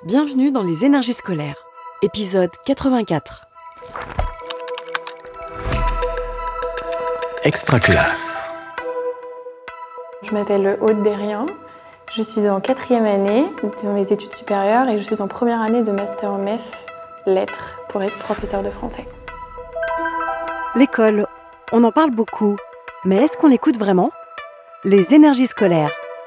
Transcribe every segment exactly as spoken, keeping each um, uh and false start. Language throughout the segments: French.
Bienvenue dans les énergies scolaires, épisode quatre-vingt-quatre. Extra classe. Je m'appelle Aude Derrien, je suis en quatrième année de mes études supérieures et je suis en première année de master M E F lettres pour être professeur de français. L'école, on en parle beaucoup, mais est-ce qu'on l'écoute vraiment ? Les énergies scolaires.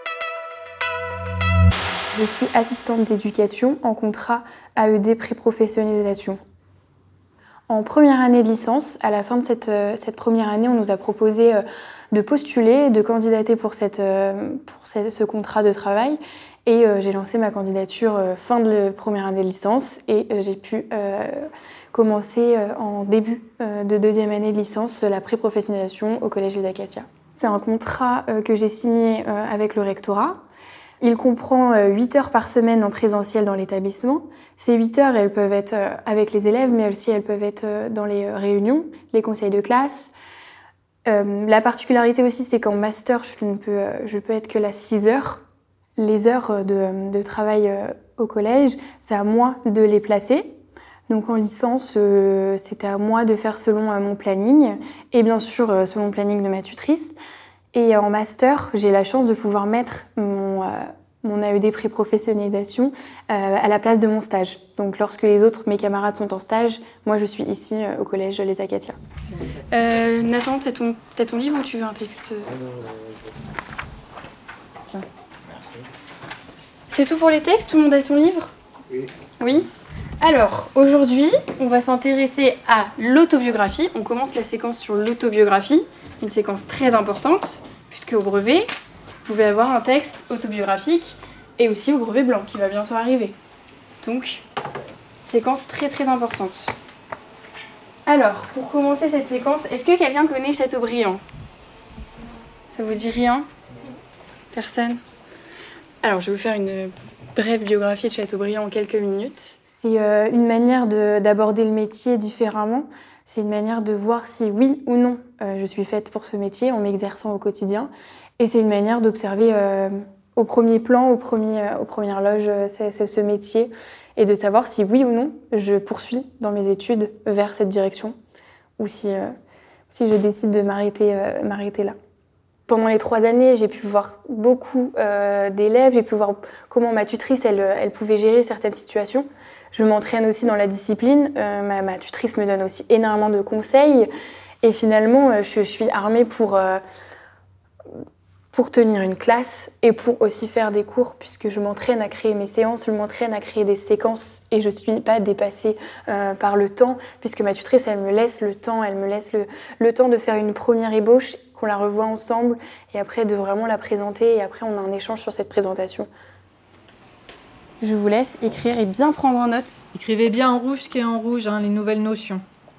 Je suis assistante d'éducation en contrat A E D pré-professionnalisation. En première année de licence, à la fin de cette, cette première année, on nous a proposé de postuler, de candidater pour, cette, pour ce contrat de travail. Et j'ai lancé ma candidature fin de la première année de licence et j'ai pu euh, commencer en début de deuxième année de licence la pré-professionnalisation au Collège des Acacias. C'est un contrat que j'ai signé avec le rectorat. Il comprend huit heures par semaine en présentiel dans l'établissement. Ces huit heures, elles peuvent être avec les élèves, mais aussi elles peuvent être dans les réunions, les conseils de classe. Euh, la particularité aussi, c'est qu'en master, je ne peux, je peux être que là six heures. Les heures de, de travail au collège, c'est à moi de les placer. Donc en licence, euh, c'était à moi de faire selon euh, mon planning, et bien sûr euh, selon le planning de ma tutrice. Et en master, j'ai la chance de pouvoir mettre mon, euh, mon A E D pré-professionnalisation euh, à la place de mon stage. Donc lorsque les autres, mes camarades sont en stage, moi je suis ici euh, au collège Les Acacias. Euh, Nathan, t'as ton, t'as ton livre ou tu veux un texte ? Tiens. Merci. C'est tout pour les textes ? Tout le monde a son livre ? Oui. Oui ? Alors, aujourd'hui, on va s'intéresser à l'autobiographie. On commence la séquence sur l'autobiographie, une séquence très importante, puisque au brevet, vous pouvez avoir un texte autobiographique et aussi au brevet blanc qui va bientôt arriver. Donc, séquence très très importante. Alors, pour commencer cette séquence, est-ce que quelqu'un connaît Chateaubriand ? Ça vous dit rien ? Personne ? Alors, je vais vous faire une brève biographie de Chateaubriand en quelques minutes. C'est euh, une manière de, d'aborder le métier différemment. C'est une manière de voir si oui ou non euh, je suis faite pour ce métier en m'exerçant au quotidien. Et c'est une manière d'observer euh, au premier plan, au premier, euh, aux premières loges, euh, c'est, c'est ce métier et de savoir si oui ou non je poursuis dans mes études vers cette direction ou si, euh, si je décide de m'arrêter, euh, m'arrêter là. Pendant les trois années, j'ai pu voir beaucoup euh, d'élèves, j'ai pu voir comment ma tutrice, elle, elle pouvait gérer certaines situations. Je m'entraîne aussi dans la discipline, euh, ma, ma tutrice me donne aussi énormément de conseils et finalement, euh, je, je suis armée pour, euh, pour tenir une classe et pour aussi faire des cours puisque je m'entraîne à créer mes séances, je m'entraîne à créer des séquences et je ne suis pas dépassée euh, par le temps puisque ma tutrice, elle me laisse le temps, elle me laisse le, le temps de faire une première ébauche, qu'on la revoit ensemble et après de vraiment la présenter et après on a un échange sur cette présentation. Je vous laisse écrire et bien prendre en note. Écrivez bien en rouge ce qui est en rouge, hein, les nouvelles notions.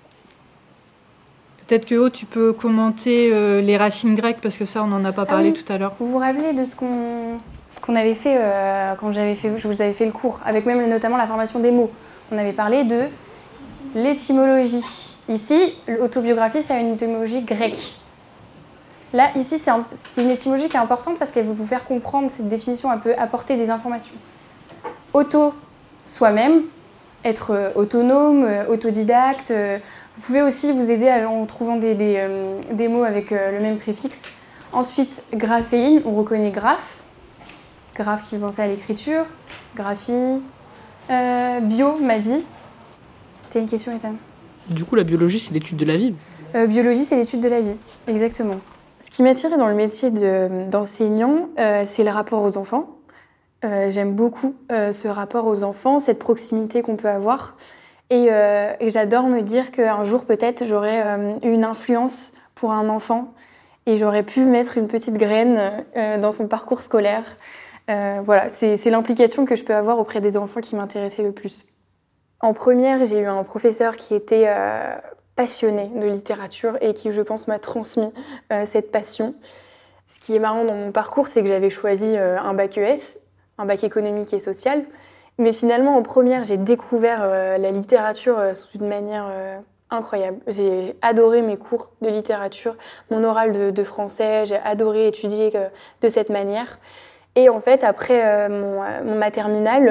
Peut-être que oh, tu peux commenter euh, les racines grecques parce que ça on n'en a pas Ah parlé oui. tout à l'heure. Vous vous rappelez de ce qu'on, ce qu'on avait fait euh, quand j'avais fait, je vous avais fait le cours, avec même notamment la formation des mots. On avait parlé de l'étymologie. Ici, l'autobiographie, ça a une étymologie grecque. Là, ici, c'est, un, c'est une étymologie qui est importante parce qu'elle veut vous faire comprendre cette définition, elle peut apporter des informations. Auto, soi-même, être autonome, autodidacte. Vous pouvez aussi vous aider en trouvant des, des, euh, des mots avec euh, le même préfixe. Ensuite, graphéine, on reconnaît graphe. Graphe qui pensait à l'écriture. Graphie. Euh, bio, ma vie. T'as une question, Ethan ? Du coup, la biologie, c'est l'étude de la vie. Euh, biologie, c'est l'étude de la vie, exactement. Ce qui m'a attirée dans le métier de, d'enseignant, euh, c'est le rapport aux enfants. Euh, j'aime beaucoup euh, ce rapport aux enfants, cette proximité qu'on peut avoir. Et, euh, et j'adore me dire qu'un jour, peut-être, j'aurai euh, une influence pour un enfant et j'aurais pu mettre une petite graine euh, dans son parcours scolaire. Euh, voilà, c'est, c'est l'implication que je peux avoir auprès des enfants qui m'intéressait le plus. En première, j'ai eu un professeur qui était euh, passionné de littérature et qui, je pense, m'a transmis euh, cette passion. Ce qui est marrant dans mon parcours, c'est que j'avais choisi euh, un bac E S, un bac économique et social. Mais finalement, en première, j'ai découvert euh, la littérature euh, sous une manière euh, incroyable. J'ai, j'ai adoré mes cours de littérature, mon oral de, de français, j'ai adoré étudier euh, de cette manière. Et en fait, après euh, mon, euh, ma terminale,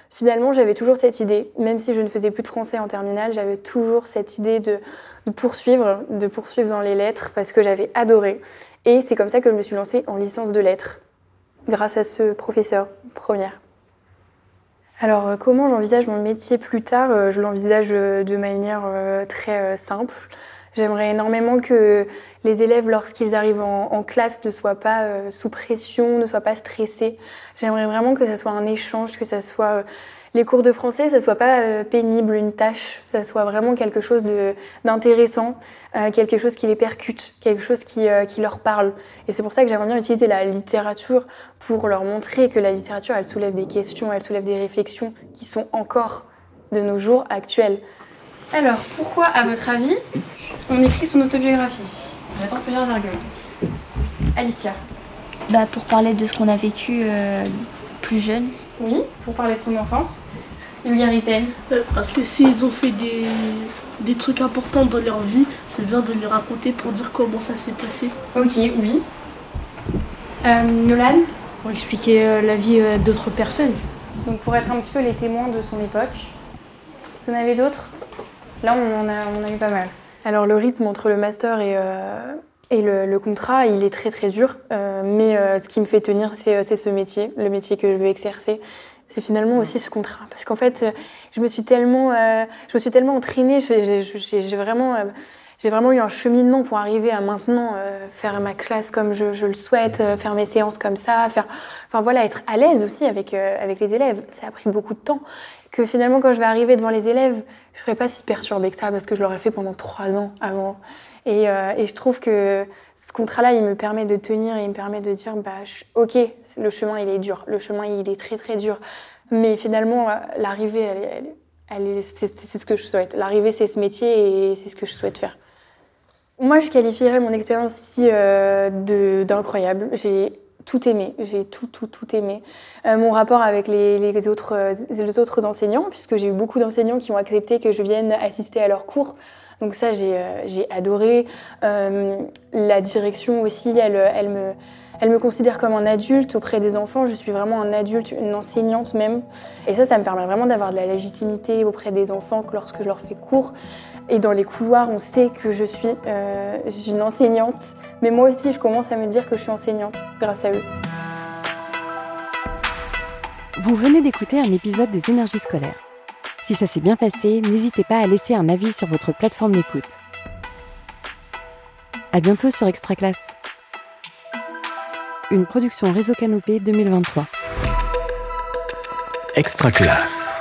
finalement, j'avais toujours cette idée, même si je ne faisais plus de français en terminale, j'avais toujours cette idée de, de poursuivre, de poursuivre dans les lettres parce que j'avais adoré. Et c'est comme ça que je me suis lancée en licence de lettres, grâce à ce professeur, première. Alors, euh, comment j'envisage mon métier plus tard ? euh, Je l'envisage euh, de manière euh, très euh, simple. J'aimerais énormément que les élèves, lorsqu'ils arrivent en, en classe, ne soient pas euh, sous pression, ne soient pas stressés. J'aimerais vraiment que ça soit un échange, que ça soit euh, les cours de français, que ça soit pas euh, pénible, une tâche, que ça soit vraiment quelque chose de, d'intéressant, euh, quelque chose qui les percute, quelque chose qui, euh, qui leur parle. Et c'est pour ça que j'aimerais bien utiliser la littérature pour leur montrer que la littérature, elle soulève des questions, elle soulève des réflexions qui sont encore de nos jours actuelles. Alors, pourquoi, à votre avis, on écrit son autobiographie ? J'attends plusieurs arguments. Alicia ? Bah, pour parler de ce qu'on a vécu euh, plus jeune. Oui, pour parler de son enfance. Vulgarité ? Euh, Parce que s'ils ont fait des, des trucs importants dans leur vie, c'est bien de les raconter pour dire comment ça s'est passé. Ok, oui. Euh, Nolan ? Pour expliquer euh, la vie euh, d'autres personnes. Donc pour être un petit peu les témoins de son époque. Vous en avez d'autres ? Là, on en a, on a eu pas mal. Alors le rythme entre le master et, euh, et le, le contrat, il est très très dur. Euh, mais euh, ce qui me fait tenir, c'est, c'est ce métier, le métier que je veux exercer. C'est finalement aussi ce contrat. Parce qu'en fait, je me suis tellement, euh, je me suis tellement entraînée. J'ai, j'ai, j'ai, vraiment, euh, j'ai vraiment eu un cheminement pour arriver à maintenant euh, faire ma classe comme je, je le souhaite, euh, faire mes séances comme ça, faire, enfin voilà, être à l'aise aussi avec, euh, avec les élèves. Ça a pris beaucoup de temps. Que finalement, quand je vais arriver devant les élèves, je ne serai pas si perturbée que ça parce que je l'aurais fait pendant trois ans avant. Et, euh, et je trouve que ce contrat-là, il me permet de tenir et il me permet de dire, bah, je, ok, le chemin, il est dur. Le chemin, il est très, très dur. Mais finalement, l'arrivée, elle, elle, elle, elle, c'est, c'est ce que je souhaite. L'arrivée, c'est ce métier et c'est ce que je souhaite faire. Moi, je qualifierais mon expérience ici euh, de, d'incroyable. J'ai tout aimé, j'ai tout, tout, tout aimé. Euh, mon rapport avec les, les, autres, euh, les autres enseignants, puisque j'ai eu beaucoup d'enseignants qui ont accepté que je vienne assister à leurs cours. Donc ça, j'ai, euh, j'ai adoré. Euh, la direction aussi, elle, elle, me, elle me considère comme un adulte auprès des enfants. Je suis vraiment un adulte, une enseignante même. Et ça, ça me permet vraiment d'avoir de la légitimité auprès des enfants lorsque je leur fais cours. Et dans les couloirs, on sait que je suis, euh, je suis une enseignante. Mais moi aussi, je commence à me dire que je suis enseignante grâce à eux. Vous venez d'écouter un épisode des Énergies scolaires. Si ça s'est bien passé, n'hésitez pas à laisser un avis sur votre plateforme d'écoute. À bientôt sur Extra Classe. Une production Réseau Canopé deux mille vingt-trois. Extra Classe.